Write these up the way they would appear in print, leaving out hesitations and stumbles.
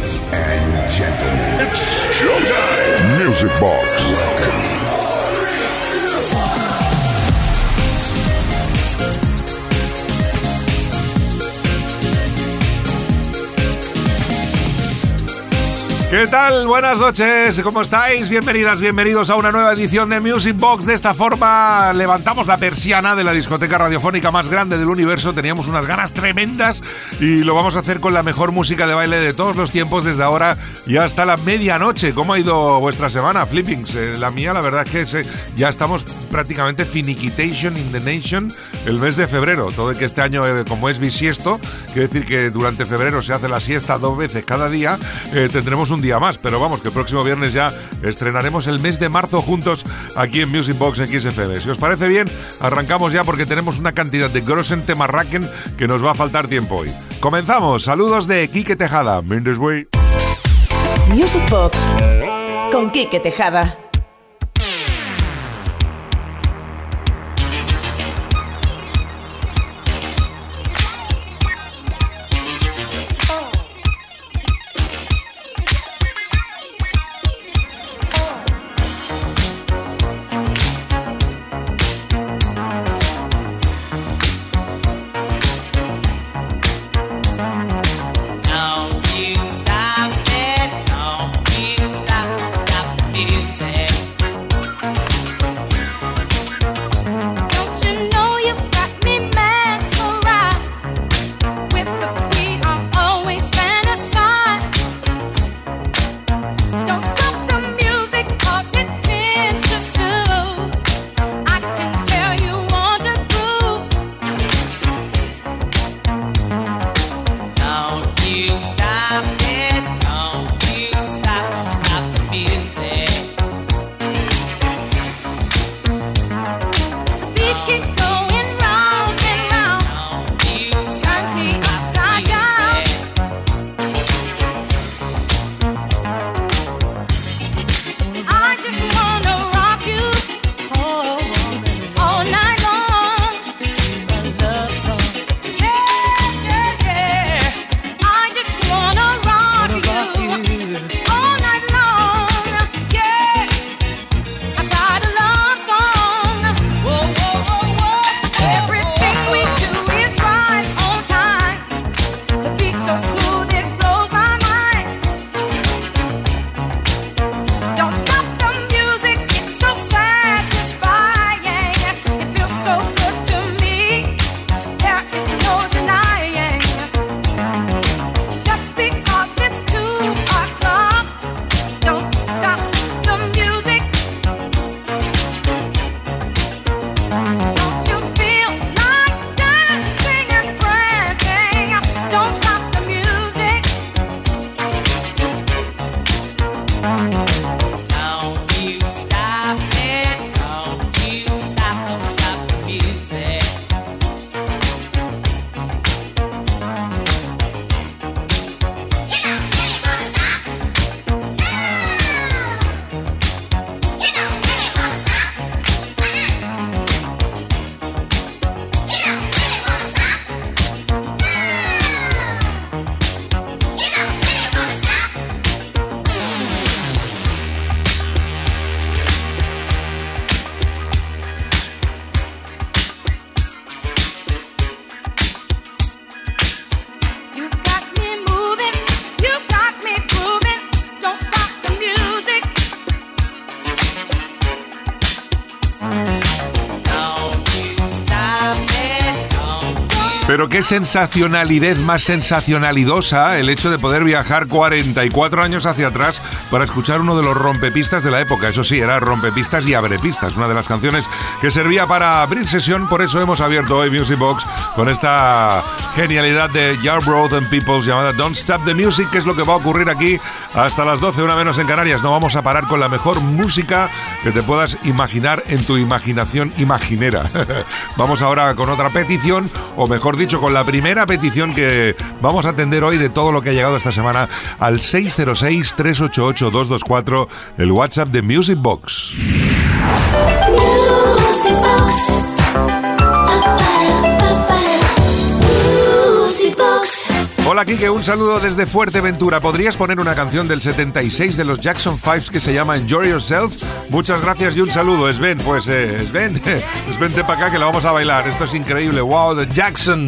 Ladies and gentlemen, it's showtime. Music Box. Welcome. ¿Qué tal? Buenas noches, ¿cómo estáis? Bienvenidas, bienvenidos a una nueva edición de Music Box. De esta forma levantamos la persiana de la discoteca radiofónica más grande del universo. Teníamos unas ganas tremendas y lo vamos a hacer con la mejor música de baile de todos los tiempos desde ahora y hasta la medianoche. ¿Cómo ha ido vuestra semana, Flippings? La mía, la verdad es que ya estamos prácticamente finiquitation in the nation el mes de febrero. Todo que este año, como es bisiesto, quiere decir que durante febrero se hace la siesta 2 veces cada día, tendremos un día más, pero vamos, que el próximo viernes ya estrenaremos el mes de marzo juntos aquí en Music Box en XFM. Si os parece bien, arrancamos ya porque tenemos una cantidad de grosen temarraken que nos va a faltar tiempo hoy. Comenzamos, saludos de Quique Tejada. Mendes Way. Music Box con Quique Tejada. Pero qué sensacionalidad más sensacionalidosa el hecho de poder viajar 44 años hacia atrás para escuchar uno de los rompepistas de la época. Eso sí, era rompepistas y abrepistas, una de las canciones que servía para abrir sesión. Por eso hemos abierto hoy Music Box con esta genialidad de Yarbrough and Peoples llamada Don't Stop the Music, que es lo que va a ocurrir aquí hasta las 12, una menos en Canarias. No vamos a parar con la mejor música que te puedas imaginar en tu imaginación imaginera. Vamos ahora con otra petición, o mejor dicho, con la primera petición que vamos a atender hoy de todo lo que ha llegado esta semana al 606-388-224, el WhatsApp de Music Box. Music Box. Music Box. Hola, Kike, un saludo desde Fuerteventura. ¿Podrías poner una canción del 76 de los Jackson 5 que se llama Enjoy Yourself? Muchas gracias y un saludo. Sven, pues Sven, vente para acá que la vamos a bailar. Esto es increíble. Wow, The Jackson.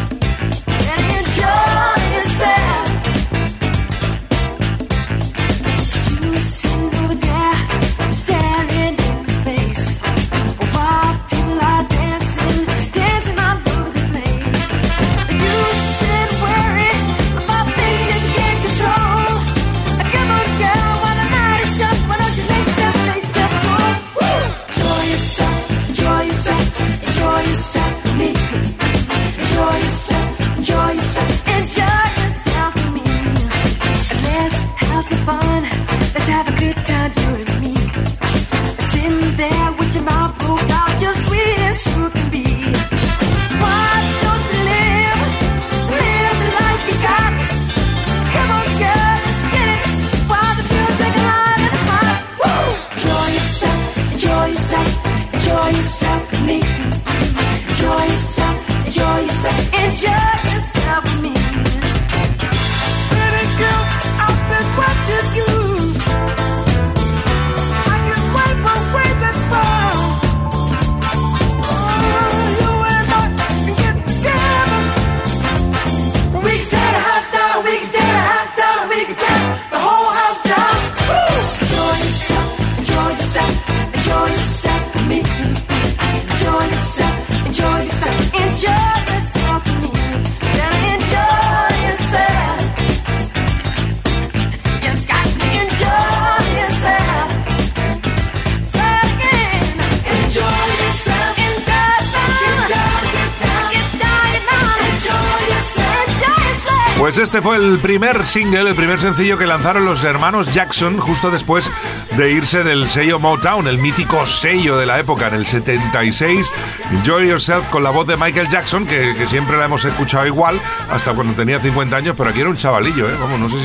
Pues este fue el primer single, el primer sencillo que lanzaron los hermanos Jackson justo después de irse del sello Motown, el mítico sello de la época, en el 76. Enjoy Yourself, con la voz de Michael Jackson, que siempre la hemos escuchado igual, hasta cuando tenía 50 años, pero aquí era un chavalillo, ¿eh? Vamos, no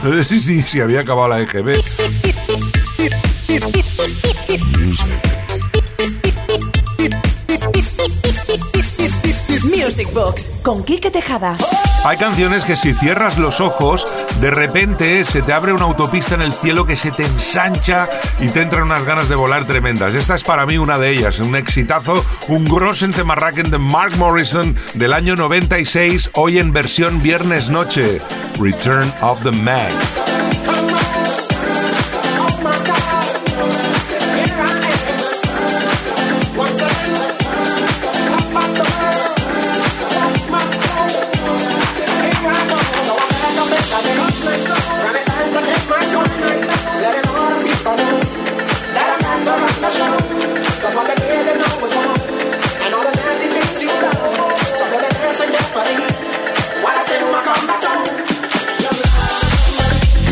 sé si había acabado la EGB. Music Box con Kike Tejada. Hay canciones que si cierras los ojos, de repente se te abre una autopista en el cielo que se te ensancha y te entran unas ganas de volar tremendas. Esta es para mí una de ellas, un exitazo, un grossen temarraken de Mark Morrison del año 96, hoy en versión viernes noche, Return of the Mac. What I say to my combat zone.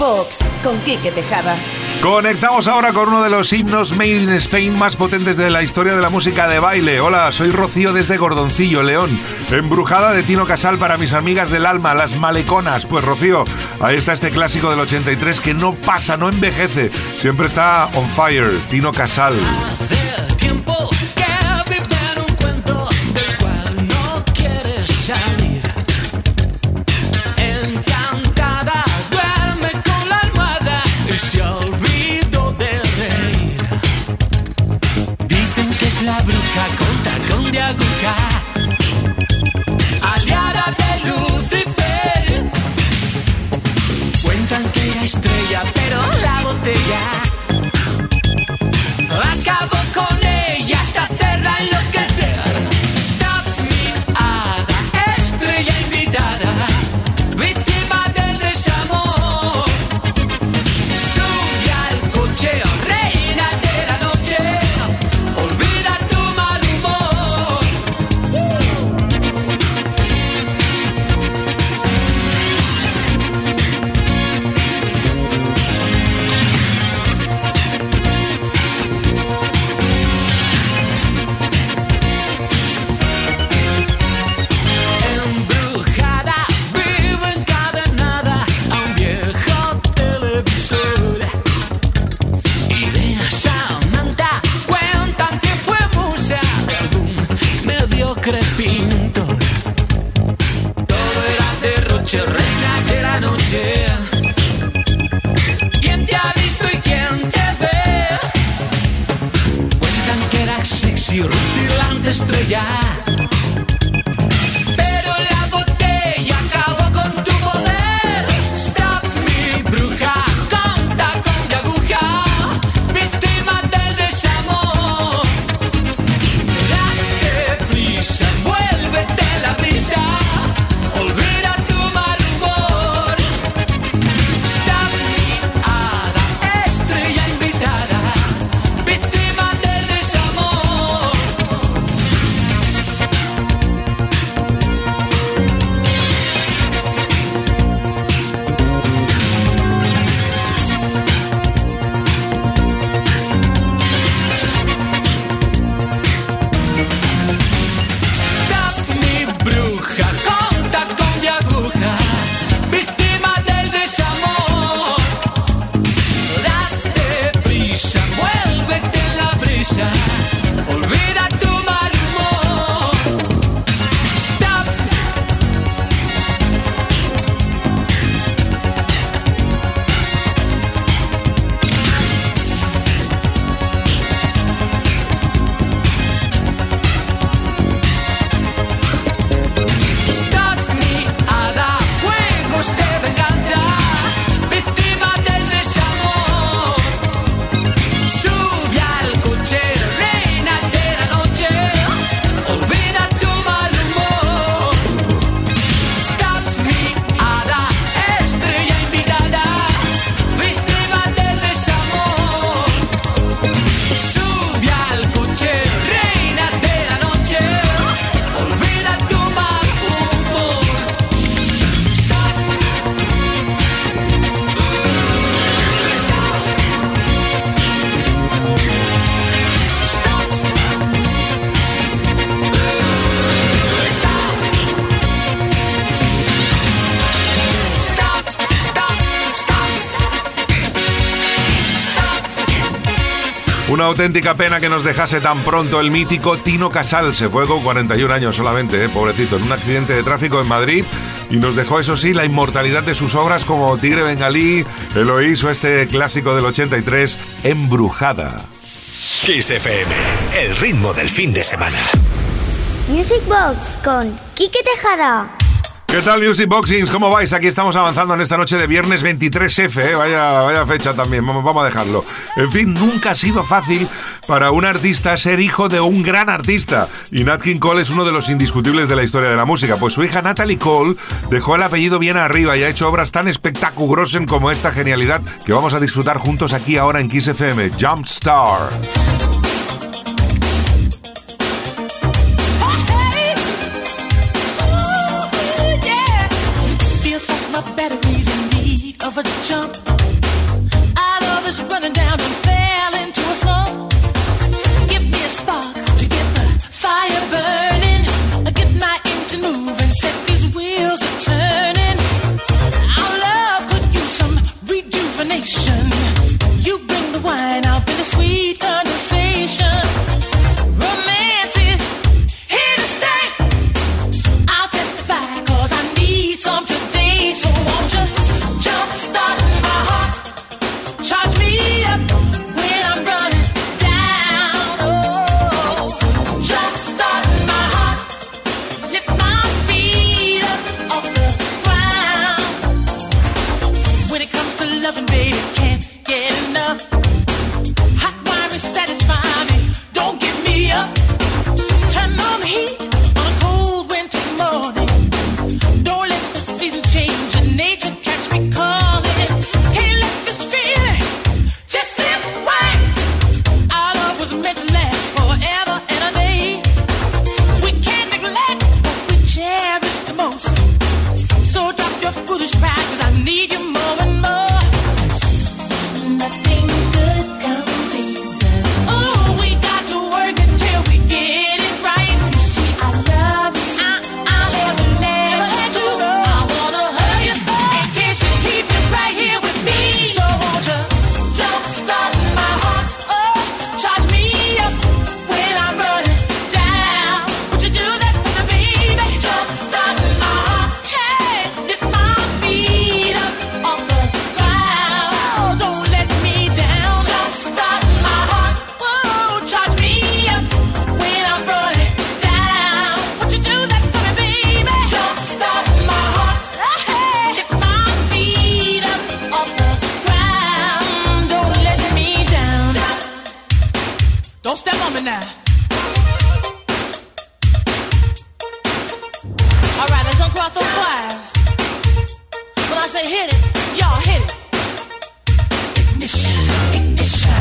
Box con Quique Tejada. Conectamos ahora con uno de los himnos Made in Spain más potentes de la historia de la música de baile. Hola, soy Rocío desde Gordoncillo, León. Embrujada de Tino Casal para mis amigas del alma, las maleconas. Pues Rocío, ahí está este clásico del 83 que no pasa, no envejece. Siempre está on fire, Tino Casal. Hace tiempo que vive en un cuento del cual no quieres salir. Encantada duerme con la almohada y se olvidó de reír. Dicen que es la bruja con tacón de aguja, aliada de Lucifer. Cuentan que era estrella, pero la botella acabó con ella hasta hacerla enloquecer. Stop me, hada, estrella invitada, víctima del desamor. Sube al coche, reina de la noche, olvida tu mal humor. Embrujada, vive encadenada a un viejo televisor. Idea Samantha cuentan que fue musa de algún mediocre pintor. Todo era derroche, reina de la noche. ¿Quién te ha visto y quién te ve? Cuentan que era sexy, rutilante estrella, pero la botella acabó con tu poder. Stop me, bruja, con tacón de aguja, víctima del desamor. Date prisa, envuélvete en la brisa, olvida tu mal humor. Stop me, hada, estrella invitada, víctima del desamor. Stop mi bruja con tacón de aguja, víctima del desamor. Date prisa, envuélvete en la brisa, olvida tu mal humor. Stop. Stop me, hada, juegos de venganza, víctima del desamor. Sube al coche, reina de la noche, olvida tu mal humor. Stop me, hada, estrella invitada, víctima del desamor. Sube al coche, reina de la noche, olvida tu mal humor. Una auténtica pena que nos dejase tan pronto el mítico Tino Casal. Se fue con 41 años solamente, pobrecito, en un accidente de tráfico en Madrid. Y nos dejó, eso sí, la inmortalidad de sus obras como Tigre Bengalí, Eloís o este clásico del 83, Embrujada. Kiss FM, el ritmo del fin de semana. Music Box con Quique Tejada. ¿Qué tal, Music Boxings? ¿Cómo vais? Aquí estamos avanzando en esta noche de viernes 23F, Vaya fecha también, vamos a dejarlo. En fin, nunca ha sido fácil para un artista ser hijo de un gran artista. Y Nat King Cole es uno de los indiscutibles de la historia de la música. Pues su hija Natalie Cole dejó el apellido bien arriba y ha hecho obras tan espectaculosas como esta genialidad que vamos a disfrutar juntos aquí ahora en Kiss FM, Jump Star. Feels like my battery's in need of a jump. Don't step on me now. All right, let's uncross those wires. When I say hit it, y'all hit it. Ignition, ignition.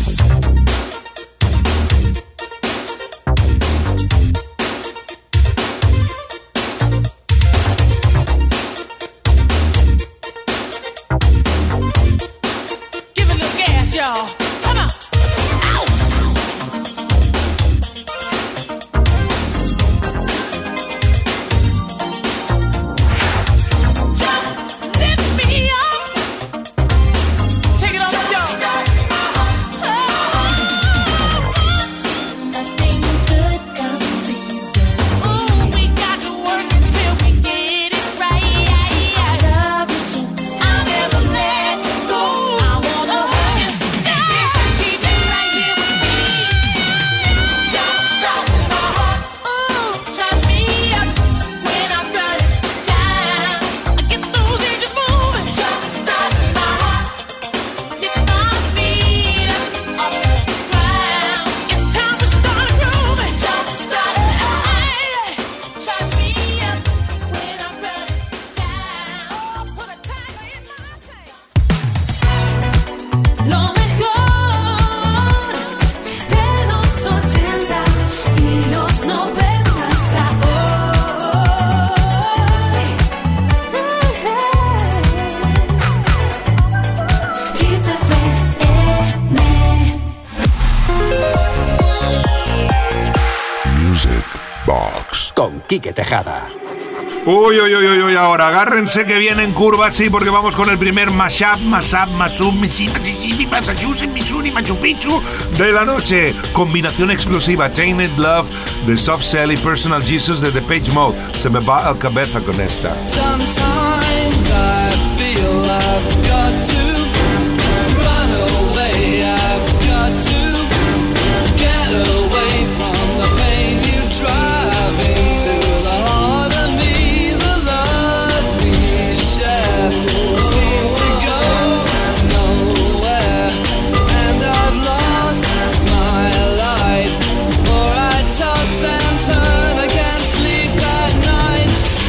Give it a little gas, y'all. Come on. Ow! Con Quique Tejada. Uy, ahora agárrense que vienen curvas, sí, porque vamos con el primer mashup, Mississippi, Massachusetts, Missouri, Machu Picchu de la noche. Combinación explosiva, Tainted Love de Soft Cell y Personal Jesus de Depeche Mode. Se me va el cabeza con esta. Sometimes I feel I've got to run away, I've got to get away from the pain you drive into the heart of me. The love we share seems to go nowhere, and I've lost my light, for I toss and turn, I can't sleep at night.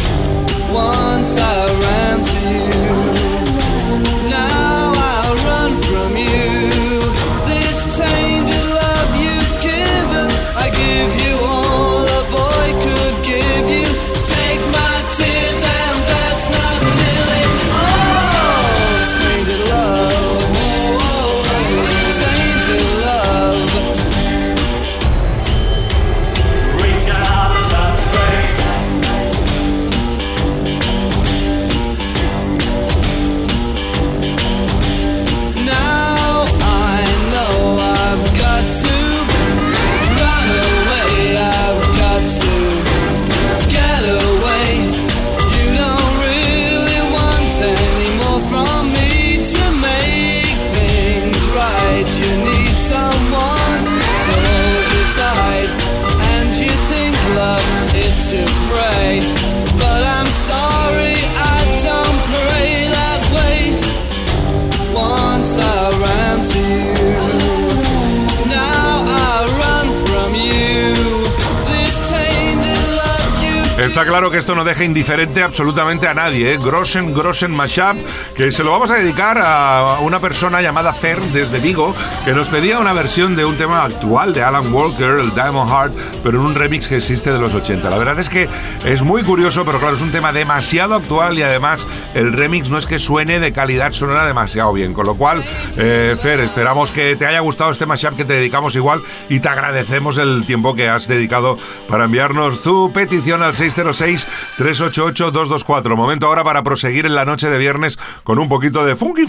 Once I ran to you, now I run from you. This tainted love you've given, I give you all a boy could give you. Take my tears and that's not nearly all. Tainted love, tainted love. Reach out, touch strength. Now I know I've got to run away, I've got to get away. You don't really want any more from me to make things right. You need someone to hold you tight, and you think love is to pray, but I'm sorry, I don't pray that way. Once I ran to you, now I run from you. This tainted love you. Está claro que esto no deja indiferente absolutamente a nadie, ¿eh? Grossen Mashup, que se lo vamos a dedicar a una persona llamada Fer desde Vigo, que nos pedía una versión de un tema actual de Alan Walker, el Diamond Heart, pero en un remix que existe de los 80. La verdad es que es muy curioso, pero claro, es un tema demasiado actual y además el remix no es que suene de calidad sonora demasiado bien, con lo cual, Fer, esperamos que te haya gustado este mashup que te dedicamos igual y te agradecemos el tiempo que has dedicado para enviarnos tu petición al 606-388-224. Momento ahora para proseguir en la noche de viernes con un poquito de funky.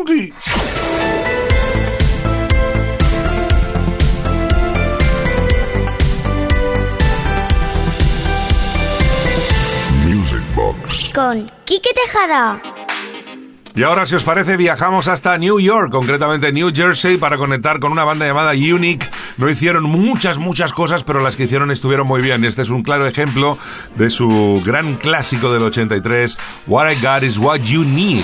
Music Box. Con Quique Tejada. Y ahora, si os parece, viajamos hasta New York, concretamente New Jersey, para conectar con una banda llamada Unique. No hicieron muchas cosas, pero las que hicieron estuvieron muy bien. Este es un claro ejemplo de su gran clásico del 83, What I Got Is What You Need.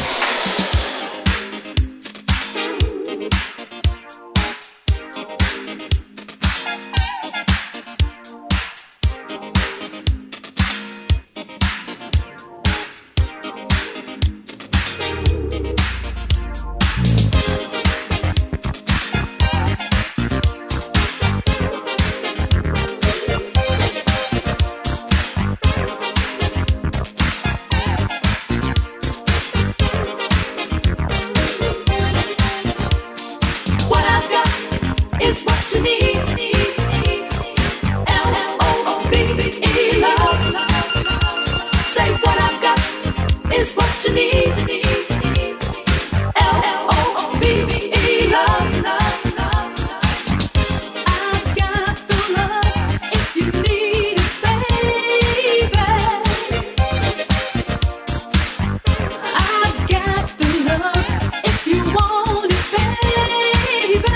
is what you need. L-O-V-E, love. Say what I've got is what you need. L-O-V-E, love. I've got the love if you need it, baby. I've got the love if you want it, baby.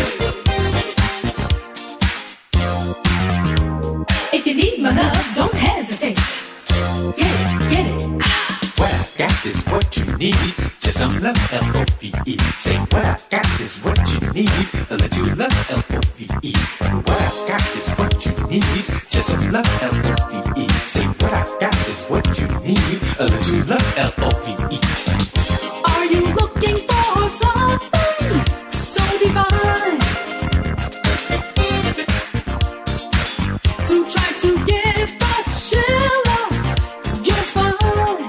If you need my love, don't hesitate. Get it. What I got is what you need. Just some love, L-O-V-E. Say what I got is what you need. A little love, L-O-V-E. What I got is what you need. Just some love, L-O-V-E. Say what I got is what you need. A little love, L-O-V-E. Are you looking for something so divine to try to get the chill off your spine?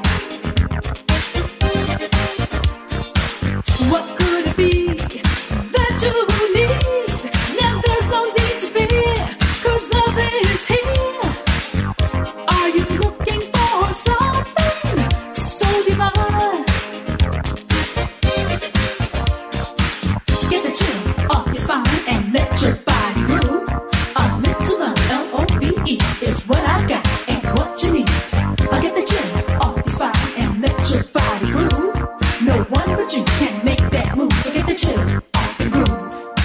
What could it be that you need? Now there's no need to fear, 'cause love is here. Are you looking for something so divine? Get the chill off your spine and let your body groove. A little love, L-O-V-E, is what I got and what you need. I'll get the chill off your spine and let your body groove. No one but you can make that move, so get the chill off the groove.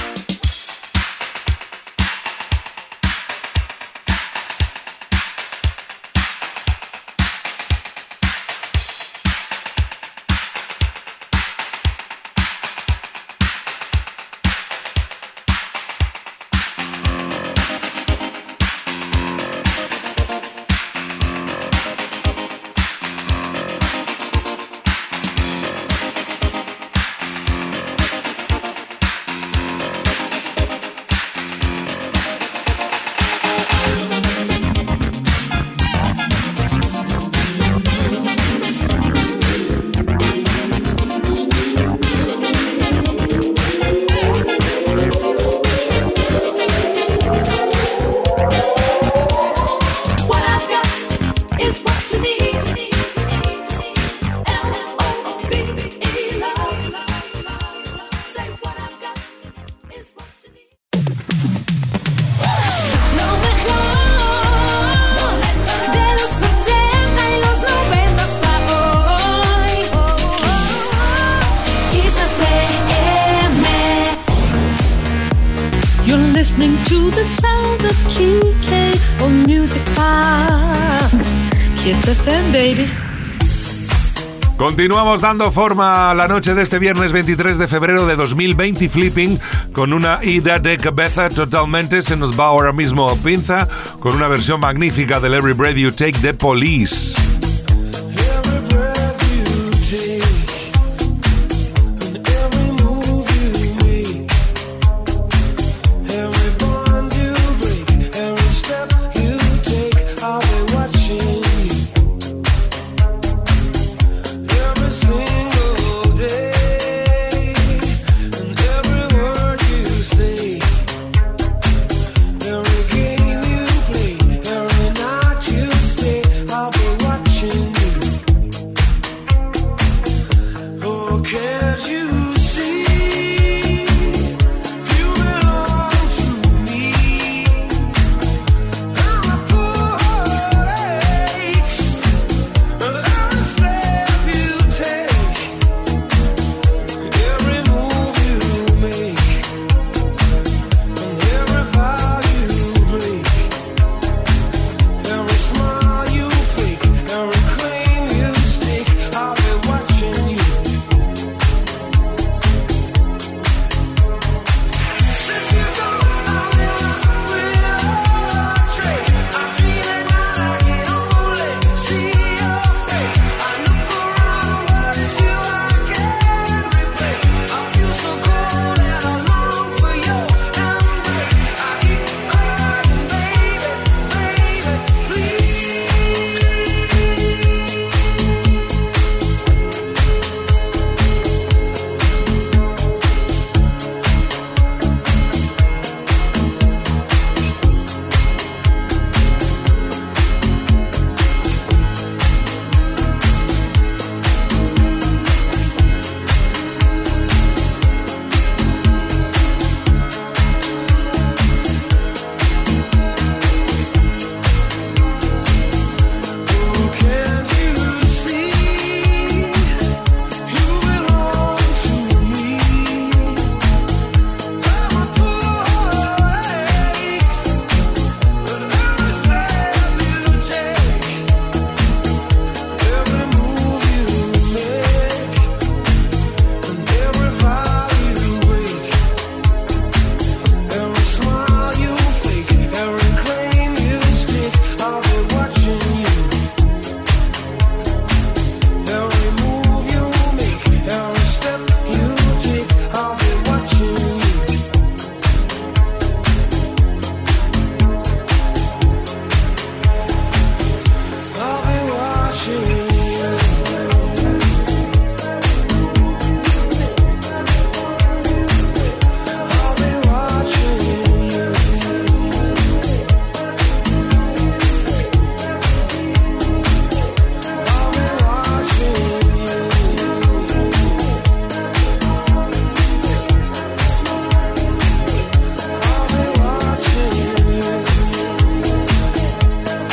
What I've got is what you need. L-O-V-E, love. Say what I've got is what you need. Lo mejor de los 80 y los 90 hasta hoy. Kiss FM. You're listening to the sound of Kike on Music Box. Kiss FM, baby. Continuamos dando forma a la noche de este viernes 23 de febrero de 2020 Flipping con una ida de cabeza totalmente. Se nos va ahora mismo a pinza con una versión magnífica del Every Breath You Take de Police. Every breath you take and every move you make, every bond you break, every step you take, I'll be watching you. Every single day and every word you say, every game you play, every night you stay, I'll be watching.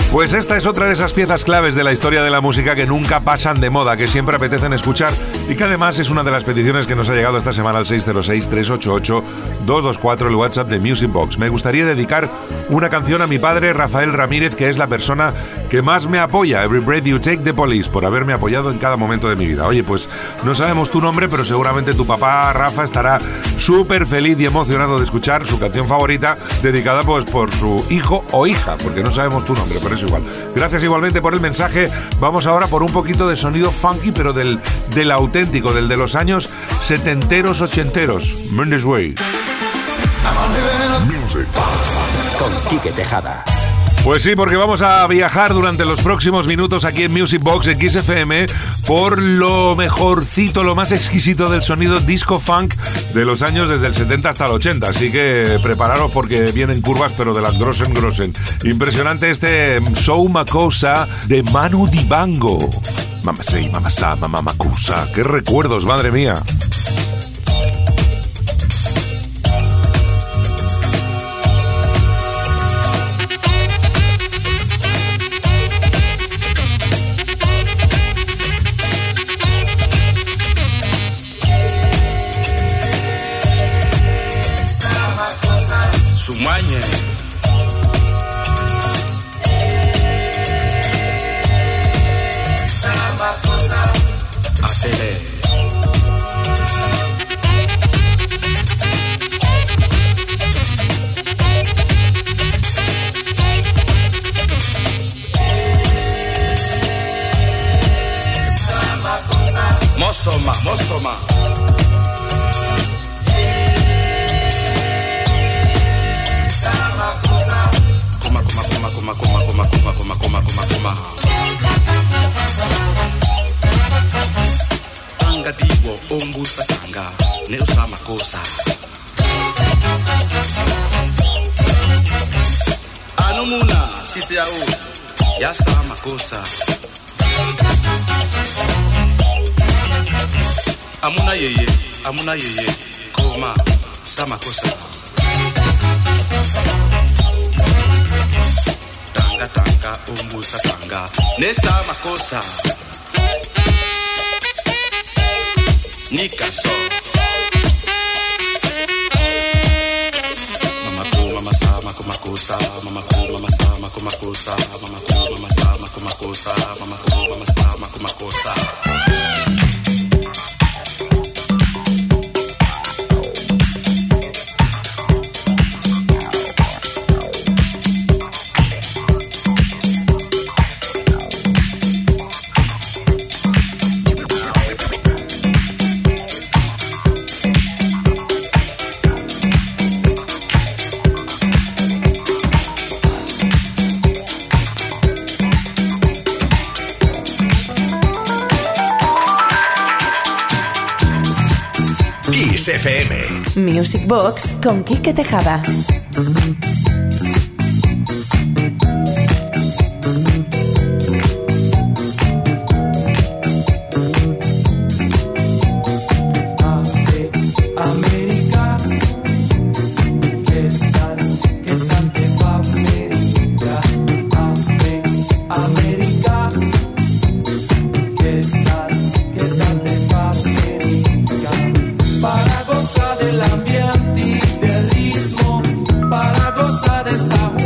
Pues esta es otra de esas piezas claves de la historia de la música que nunca pasan de moda, que siempre apetecen escuchar y que además es una de las peticiones que nos ha llegado esta semana al 606-388-224, el WhatsApp de Music Box. Me gustaría dedicar una canción a mi padre, Rafael Ramírez, que es la persona que más me apoya, Every Breath You Take, The Police, por haberme apoyado en cada momento de mi vida. Oye, pues no sabemos tu nombre, pero seguramente tu papá, Rafa, estará súper feliz y emocionado de escuchar su canción favorita, dedicada pues por su hijo o hija, porque no sabemos tu nombre, pero es igual. Gracias igualmente por el mensaje. Vamos ahora por un poquito de sonido funky, pero del auténtico, del de los años setenteros, ochenteros. Mendes Way. Music. Con Quique Tejada. Pues sí, porque vamos a viajar durante los próximos minutos aquí en Music Box X FM por lo mejorcito, lo más exquisito del sonido disco funk de los años desde el 70 hasta el 80. Así que prepararos porque vienen curvas, pero de las grosen. Impresionante este Show Makosa de Manu Dibango. Mamasei, mamasá, mamamakusa. ¡Qué recuerdos, madre mía! Sumanye Atele Mosoma Tanga diwo ombusa tanga ne usama kosa Anumuna sisi yao ya sama kosa Amuna yeye koma sama kosa Tanga umbusa tanga nesa makosa Nikaso Mama ku mama sama kumakosa Mama ku mama sama kumakosa Mama ku mama sama kumakosa Mama ku mama sama kumakosa FM. Music Box con Quique Tejada. América, ¿qué tal te va América? América, ¿qué tal te va América? Para gozar del ambiente y del ritmo, para gozar de esta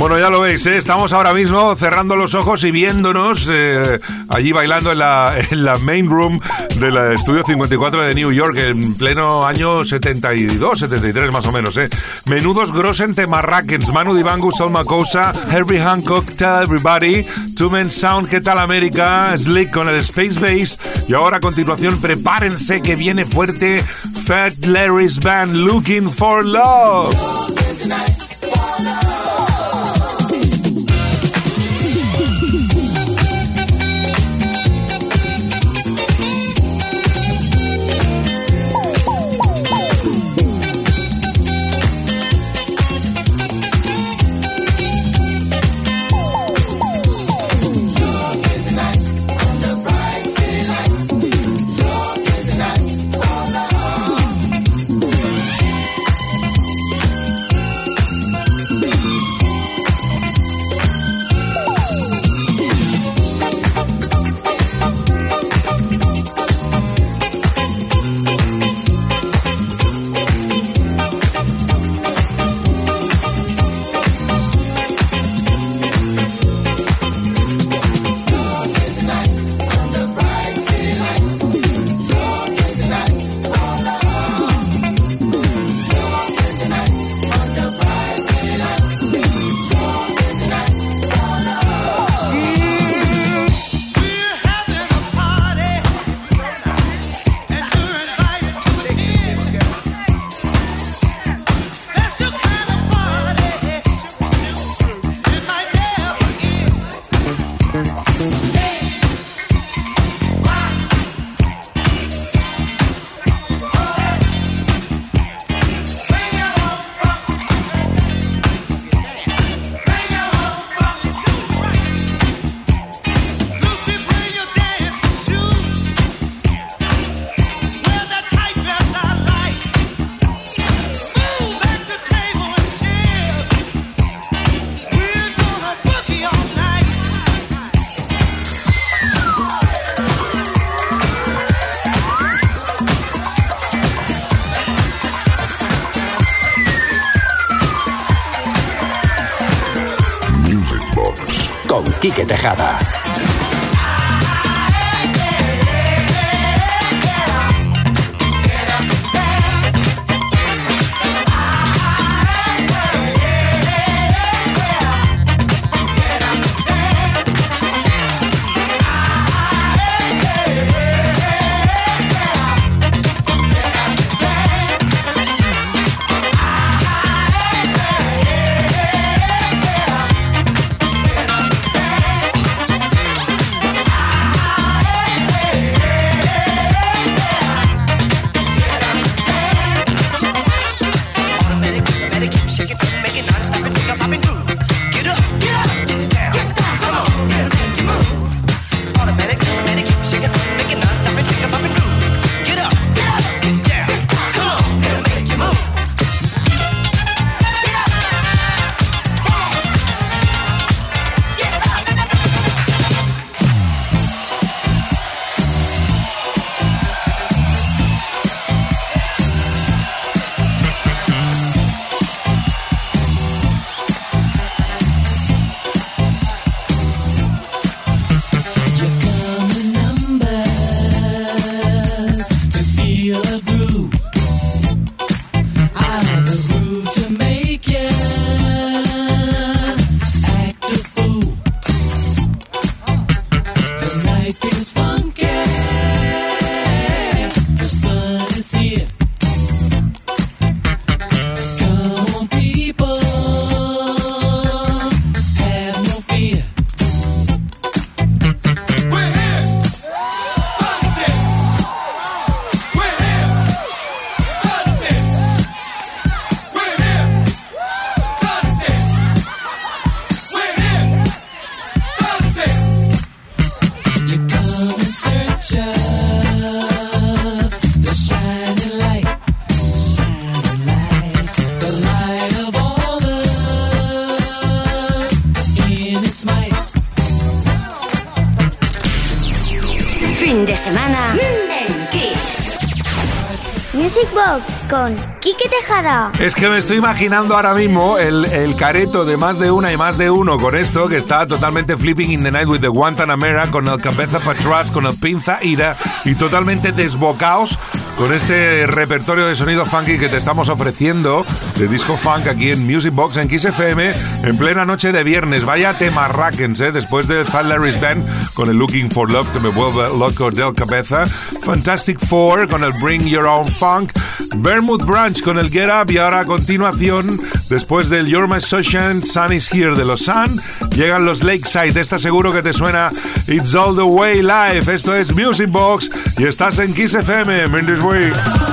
Bueno, ya lo veis, ¿eh? Estamos ahora mismo cerrando los ojos y viéndonos allí bailando en la main room del estudio 54 de New York en pleno año 72, 73 más o menos, ¿eh? Menudos Grossen Temarrakens, Manu Dibango, Salma Kousa, Herbie Hancock, Tell Everybody, Two Men Sound, ¿qué tal América? Slick con el Space Bass. Y ahora a continuación prepárense que viene fuerte Fat Larry's Band, Looking for Love. Con Quique Tejada. Fin de semana en Kiss. Music Box con Quique Tejada. Es que me estoy imaginando ahora mismo el careto de más de una y más de uno con esto, que está totalmente flipping in the night with the Guantanamera, con el Cabeza Patras, con el Pinza Ira y totalmente desbocaos con este repertorio de sonido funky que te estamos ofreciendo de disco funk aquí en Music Box en Kiss FM en plena noche de viernes. Vaya tema Rackens, después de Fat Larry's Band con el Looking for Love que me vuelve loco del Cabeza, Fantastic Four con el Bring Your Own Funk, Vermouth Branch con el Get Up y ahora a continuación, después del You're My Sunshine, Sun is Here de los Sun, llegan los Lakeside. Esta seguro que te suena It's All the Way Live. Esto es Music Box y estás en Kiss FM. In this way.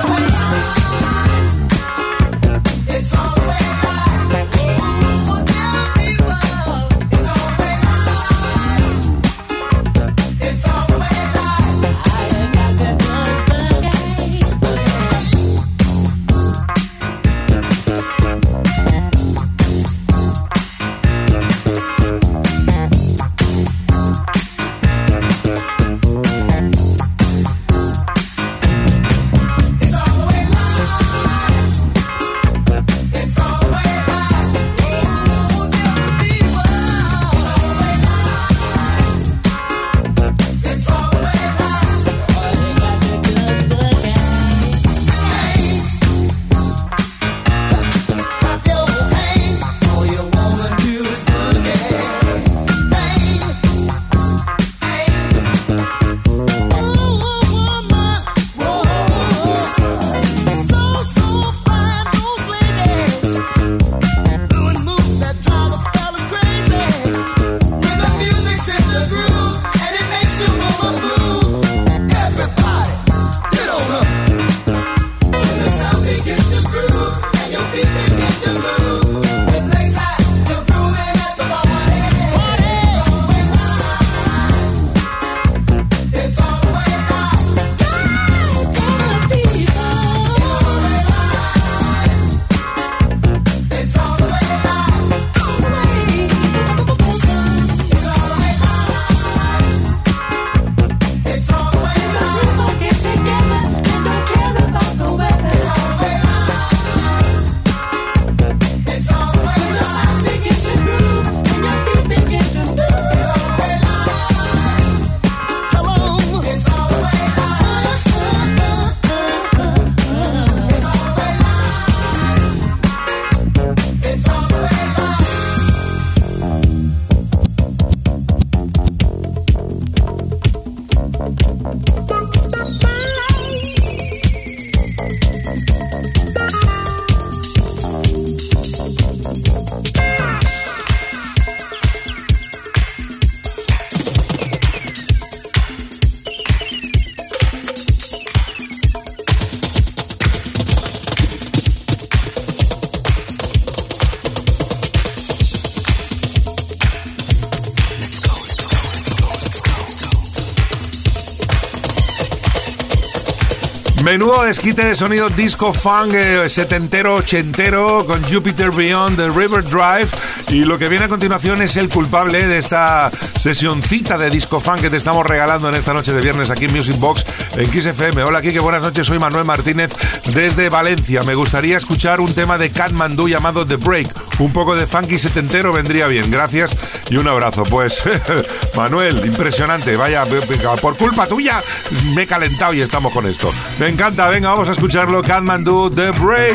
Menudo desquite de sonido disco funk setentero, ochentero con Jupiter Beyond, The River Drive. Y lo que viene a continuación es el culpable de esta sesioncita de disco funk que te estamos regalando en esta noche de viernes aquí en Music Box en Kiss FM. Hola Kike, buenas noches, soy Manuel Martínez desde Valencia. Me gustaría escuchar un tema de Kathmandu llamado The Break. Un poco de funky setentero vendría bien, gracias y un abrazo. Pues Manuel, impresionante, vaya, por culpa tuya me he calentado y estamos con esto. Me encanta, venga, vamos a escucharlo. Kathmandu, The Break.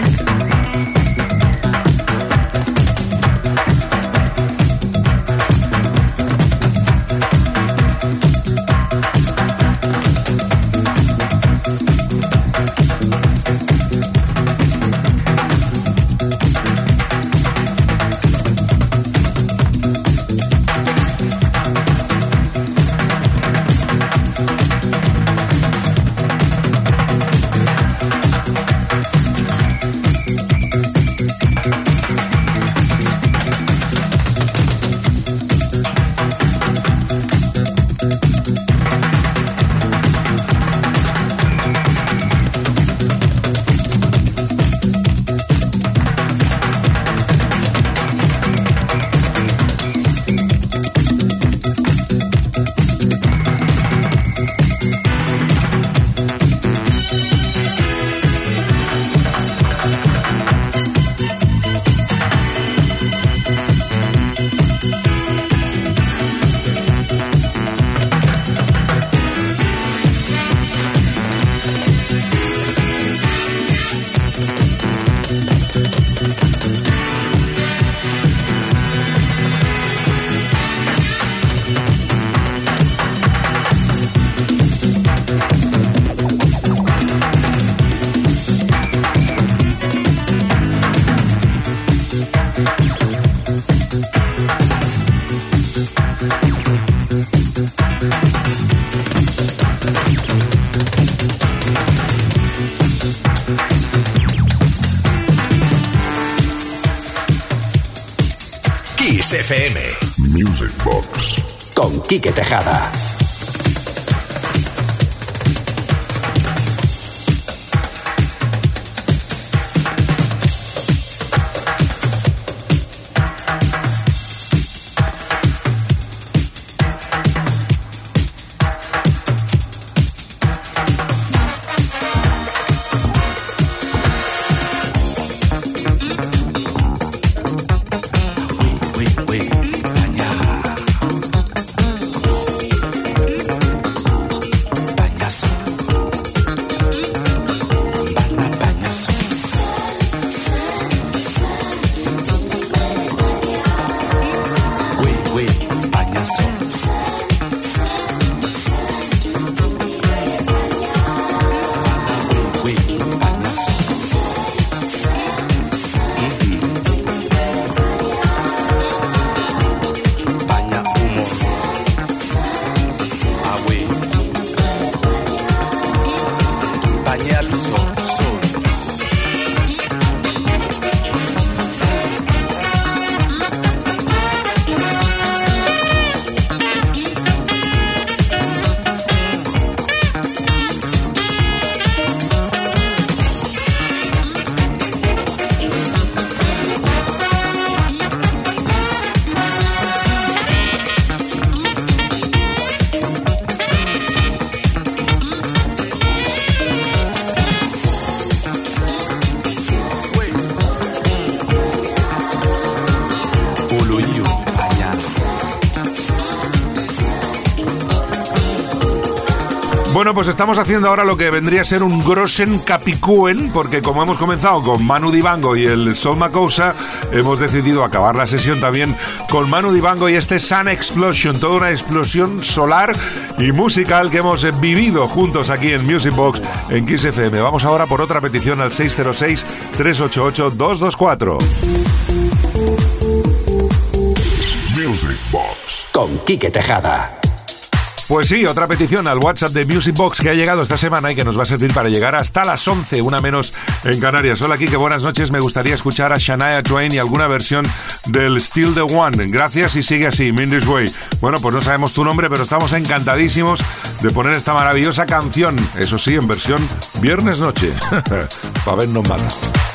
Kiss FM. Music Box. Con Quique Tejada. Bueno, pues estamos haciendo ahora lo que vendría a ser un Groschen Capicúen, porque como hemos comenzado con Manu Dibango y el Soul Makossa, hemos decidido acabar la sesión también con Manu Dibango y este Sun Explosion, toda una explosión solar y musical que hemos vivido juntos aquí en Music Box en Kiss FM. Vamos ahora por otra petición al 606-388-224. Music Box. Con Quique Tejada. Pues sí, otra petición al WhatsApp de Music Box que ha llegado esta semana y que nos va a servir para llegar hasta las 11, una menos en Canarias. Hola, Quique, buenas noches. Me gustaría escuchar a Shania Twain y alguna versión del Still the One. Gracias y sigue así, Mindy's Way. Bueno, pues no sabemos tu nombre, pero estamos encantadísimos de poner esta maravillosa canción. Eso sí, en versión viernes noche. Pa' vernos mala.